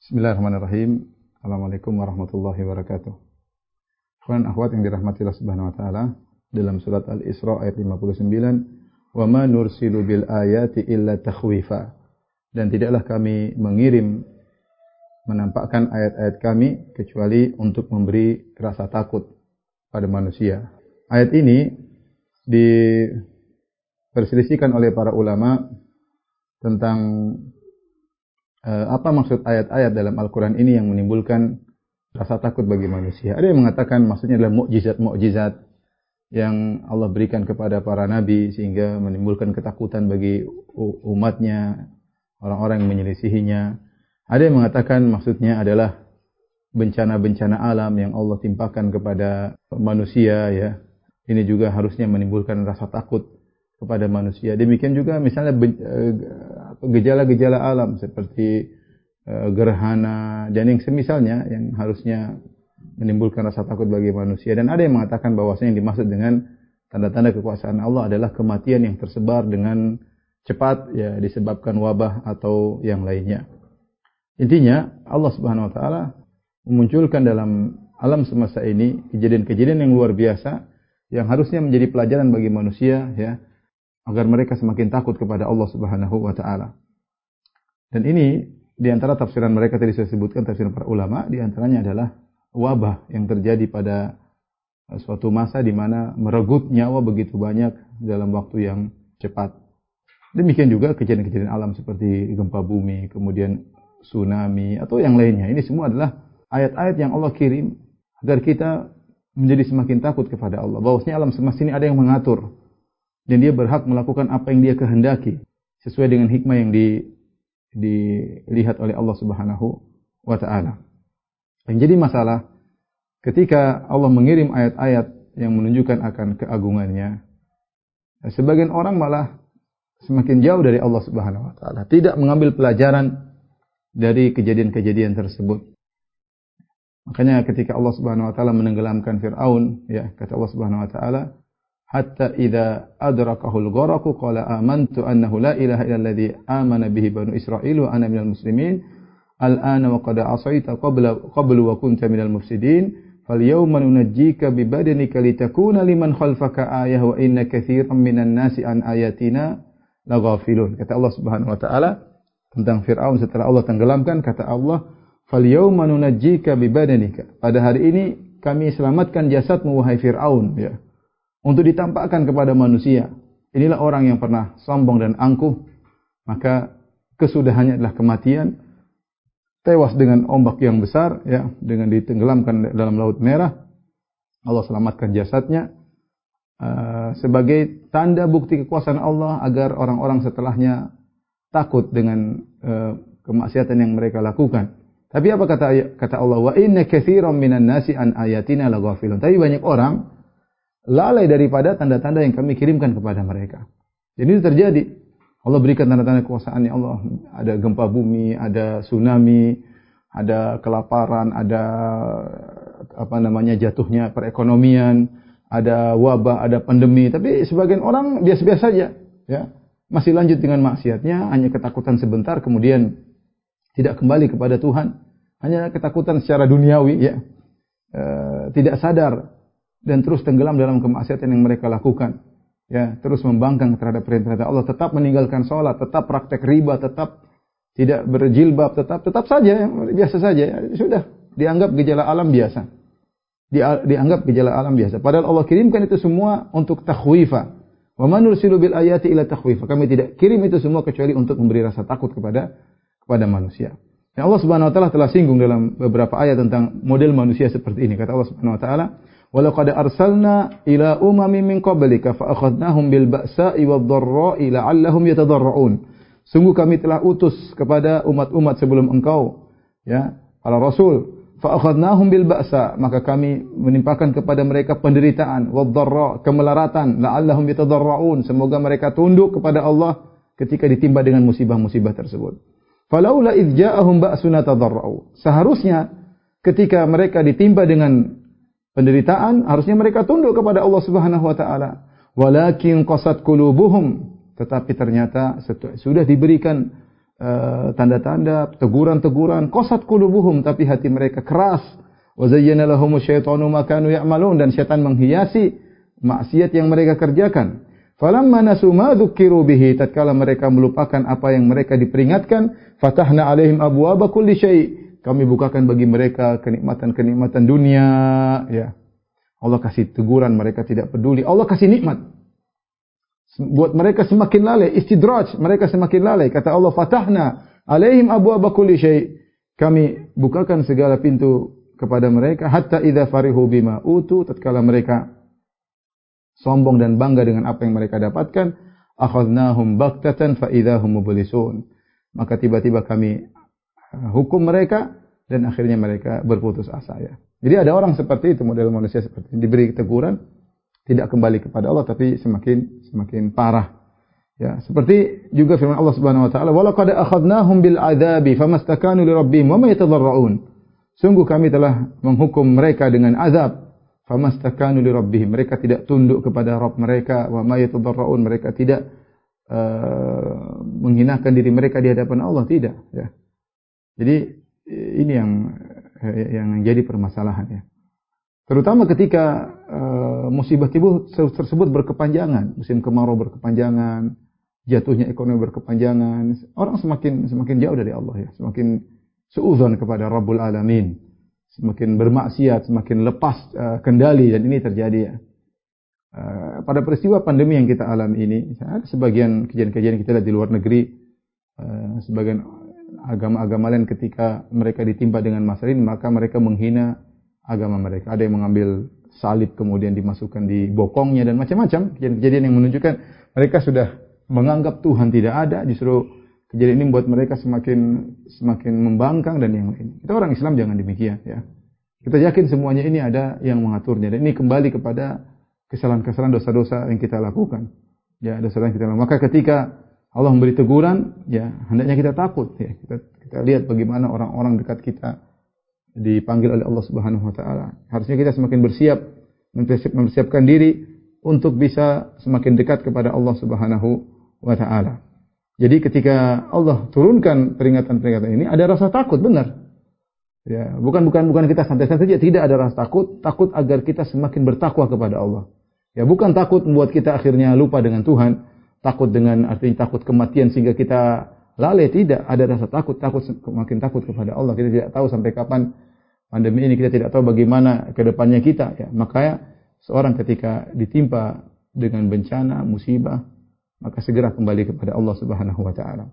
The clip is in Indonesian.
Bismillahirrahmanirrahim. Assalamualaikum warahmatullahi wabarakatuh. Ikhwan akhwat yang dirahmati Allah Subhanahu wa taala, dalam surat Al-Isra ayat 59, "Wa ma nursilu bil ayati illa takhwifa." Dan tidaklah kami menampakkan ayat-ayat kami kecuali untuk memberi rasa takut pada manusia. Ayat ini diperselisihkan oleh para ulama tentang apa maksud ayat-ayat dalam Al-Quran ini yang menimbulkan rasa takut bagi manusia. Ada yang mengatakan maksudnya adalah mukjizat-mukjizat yang Allah berikan kepada para nabi sehingga menimbulkan ketakutan bagi umatnya, orang-orang yang menyelisihinya. Ada yang mengatakan maksudnya adalah bencana-bencana alam yang Allah timpakan kepada manusia, ya. Ini juga harusnya menimbulkan rasa takut kepada manusia. Demikian juga misalnya gejala-gejala alam seperti gerhana dan yang semisalnya yang harusnya menimbulkan rasa takut bagi manusia. Dan ada yang mengatakan bahwasanya yang dimaksud dengan tanda-tanda kekuasaan Allah adalah kematian yang tersebar dengan cepat, ya, disebabkan wabah atau yang lainnya. Intinya Allah Subhanahu wa taala memunculkan dalam alam semesta ini kejadian-kejadian yang luar biasa yang harusnya menjadi pelajaran bagi manusia, ya, agar mereka semakin takut kepada Allah Subhanahu wa taala. Dan ini di antara tafsiran mereka tadi saya sebutkan, tafsiran para ulama, di antaranya adalah wabah yang terjadi pada suatu masa di mana merenggut nyawa begitu banyak dalam waktu yang cepat. Demikian juga kejadian-kejadian alam seperti gempa bumi, kemudian tsunami atau yang lainnya. Ini semua adalah ayat-ayat yang Allah kirim agar kita menjadi semakin takut kepada Allah. Bahwasanya alam semesta ini ada yang mengatur dan dia berhak melakukan apa yang dia kehendaki sesuai dengan hikmah yang dilihat oleh Allah Subhanahu wa taala. Yang jadi masalah ketika Allah mengirim ayat-ayat yang menunjukkan akan keagungannya, sebagian orang malah semakin jauh dari Allah Subhanahu wa taala, tidak mengambil pelajaran dari kejadian-kejadian tersebut. Makanya ketika Allah Subhanahu wa taala menenggelamkan Firaun, ya, kata Allah Subhanahu wa taala, hatta idza adrakahul gharaqu qala amantu annahu la ilaha illalladzi amana bihi banu Israil wa ana minal muslimin al-ana wa qad asaita qablu wa kunta minal mufsidin falyawma nunajjika bi badanika litakuna liman khalfaka ayah wa inna katsiran minan nasi an ayatina laghafilun. Kata Allah Subhanahu wa taala tentang Firaun setelah Allah tenggelamkan, kata Allah, falyawma nunajjika bi badanika. Pada hari ini kami selamatkan jasadmu wahai Firaun, ya, untuk ditampakkan kepada manusia. Inilah orang yang pernah sombong dan angkuh, maka kesudahannya adalah kematian, tewas dengan ombak yang besar, ya, dengan ditenggelamkan dalam Laut Merah. Allah selamatkan jasadnya sebagai tanda bukti kekuasaan Allah agar orang-orang setelahnya takut dengan kemaksiatan yang mereka lakukan. Tapi apa kata Allah? Wa inna katsiran minan nasi an ayatina laghafilun. Tapi banyak orang lalai daripada tanda-tanda yang kami kirimkan kepada mereka. Jadi itu terjadi. Allah berikan tanda-tanda kekuasaannya Allah. Ada gempa bumi, ada tsunami, ada kelaparan, ada jatuhnya perekonomian, ada wabah, ada pandemi. Tapi sebagian orang biasa-biasa saja, ya, masih lanjut dengan maksiatnya, hanya ketakutan sebentar, kemudian tidak kembali kepada Tuhan, hanya ketakutan secara duniawi, ya, tidak sadar dan terus tenggelam dalam kemaksiatan yang mereka lakukan, ya, terus membangkang terhadap perintah Allah, tetap meninggalkan sholat, tetap praktek riba, tetap tidak berjilbab, tetap saja, ya, biasa saja, ya, sudah dianggap gejala alam biasa, dianggap gejala alam biasa. Padahal Allah kirimkan itu semua untuk takhwifa. Wa man nursilu bil ayati illa takhwifa. Kami tidak kirim itu semua kecuali untuk memberi rasa takut kepada manusia. Dan Allah Subhanahu wa taala telah singgung dalam beberapa ayat tentang model manusia seperti ini. Kata Allah Subhanahu wa taala, "Walaqad arsalna ila umamin min qablika fa akhadnahum bil ba'sa'i wad-dharra'i la'allahum yatadarra'un." Sungguh kami telah utus kepada umat-umat sebelum engkau, ya, para rasul. Fa akhadnahum bil ba'sa, maka kami menimpakan kepada mereka penderitaan, wad-dharra, kemelaratan, la'allahum yatadarra'un, semoga mereka tunduk kepada Allah ketika ditimpa dengan musibah-musibah tersebut. Falaula idz ja'ahum ba'suna tadarra'u. Seharusnya ketika mereka ditimpa dengan penderitaan, harusnya mereka tunduk kepada Allah Subhanahu wa taala. Walakin qasat qulubuhum, tetapi ternyata sudah diberikan tanda-tanda, teguran-teguran, qasat qulubuhum, tapi hati mereka keras. Wa zayyana lahumu syaitanu ma kanu ya'malun, dan syaitan menghiasi maksiat yang mereka kerjakan. Falamma nasu ma dzukiru bihi, tatkala mereka melupakan apa yang mereka diperingatkan, fatahna alaihim abwaaba kulli syai', kami bukakan bagi mereka kenikmatan-kenikmatan dunia, ya. Allah kasih teguran, mereka tidak peduli. Allah kasih nikmat. Buat mereka semakin lalai, istidraj, mereka semakin lalai. Kata Allah, fatahna alaihim abwaaba kulli syai', kami bukakan segala pintu kepada mereka, hatta idza farihu bima utu, tatkala mereka sombong dan bangga dengan apa yang mereka dapatkan, akhadnahum baktatan fa idzahum mublisun, maka tiba-tiba kami hukum mereka dan akhirnya mereka berputus asa, ya. Jadi ada orang seperti itu, model manusia seperti ini, diberi teguran tidak kembali kepada Allah tapi semakin parah, ya. Seperti juga firman Allah Subhanahu wa taala, wa laqad akhadnahum bil adzabi famastakanu li rabbihim wa ma yatadarrun, sungguh kami telah menghukum mereka dengan azab, famastakanu li rabbihim, mereka tidak tunduk kepada Rabb mereka, wa ma yatadarrun, mereka tidak menghinakan diri mereka di hadapan Allah, tidak, ya. Jadi ini yang jadi permasalahan, ya. Terutama ketika musibah tersebut berkepanjangan, musim kemarau berkepanjangan, jatuhnya ekonomi berkepanjangan, orang semakin jauh dari Allah, ya, semakin suudzon kepada Rabbul Alamin, semakin bermaksiat, semakin lepas kendali, dan ini terjadi, ya. Pada peristiwa pandemi yang kita alami ini, ada sebagian kejadian-kejadian kita lihat di luar negeri, sebagian agama-agama lain ketika mereka ditimpa dengan masalah ini, maka mereka menghina agama mereka. Ada yang mengambil salib kemudian dimasukkan di bokongnya dan macam-macam kejadian-kejadian yang menunjukkan mereka sudah menganggap Tuhan tidak ada. Justru kejadian ini membuat mereka semakin membangkang dan yang lain. Kita orang Islam jangan demikian, ya. Kita yakin semuanya ini ada yang mengaturnya, dan ini kembali kepada kesalahan-kesalahan, dosa-dosa yang kita lakukan, ya, dosa yang kita lakukan. Maka ketika Allah memberi teguran, ya, hendaknya kita takut, ya. Kita lihat bagaimana orang-orang dekat kita dipanggil oleh Allah Subhanahu wa taala. Harusnya kita semakin bersiap, mempersiapkan diri untuk bisa semakin dekat kepada Allah Subhanahu wa taala. Jadi ketika Allah turunkan peringatan-peringatan ini, ada rasa takut, benar. Ya, bukan kita santai-santai saja, tidak ada rasa takut agar kita semakin bertakwa kepada Allah. Ya, bukan takut membuat kita akhirnya lupa dengan Tuhan. Takut dengan artinya takut kematian sehingga kita lalai, tidak. Ada rasa makin takut kepada Allah. Kita tidak tahu sampai kapan pandemi ini, kita tidak tahu bagaimana ke depannya kita, ya. Makanya seorang ketika ditimpa dengan bencana, musibah, maka segera kembali kepada Allah Subhanahu wa taala.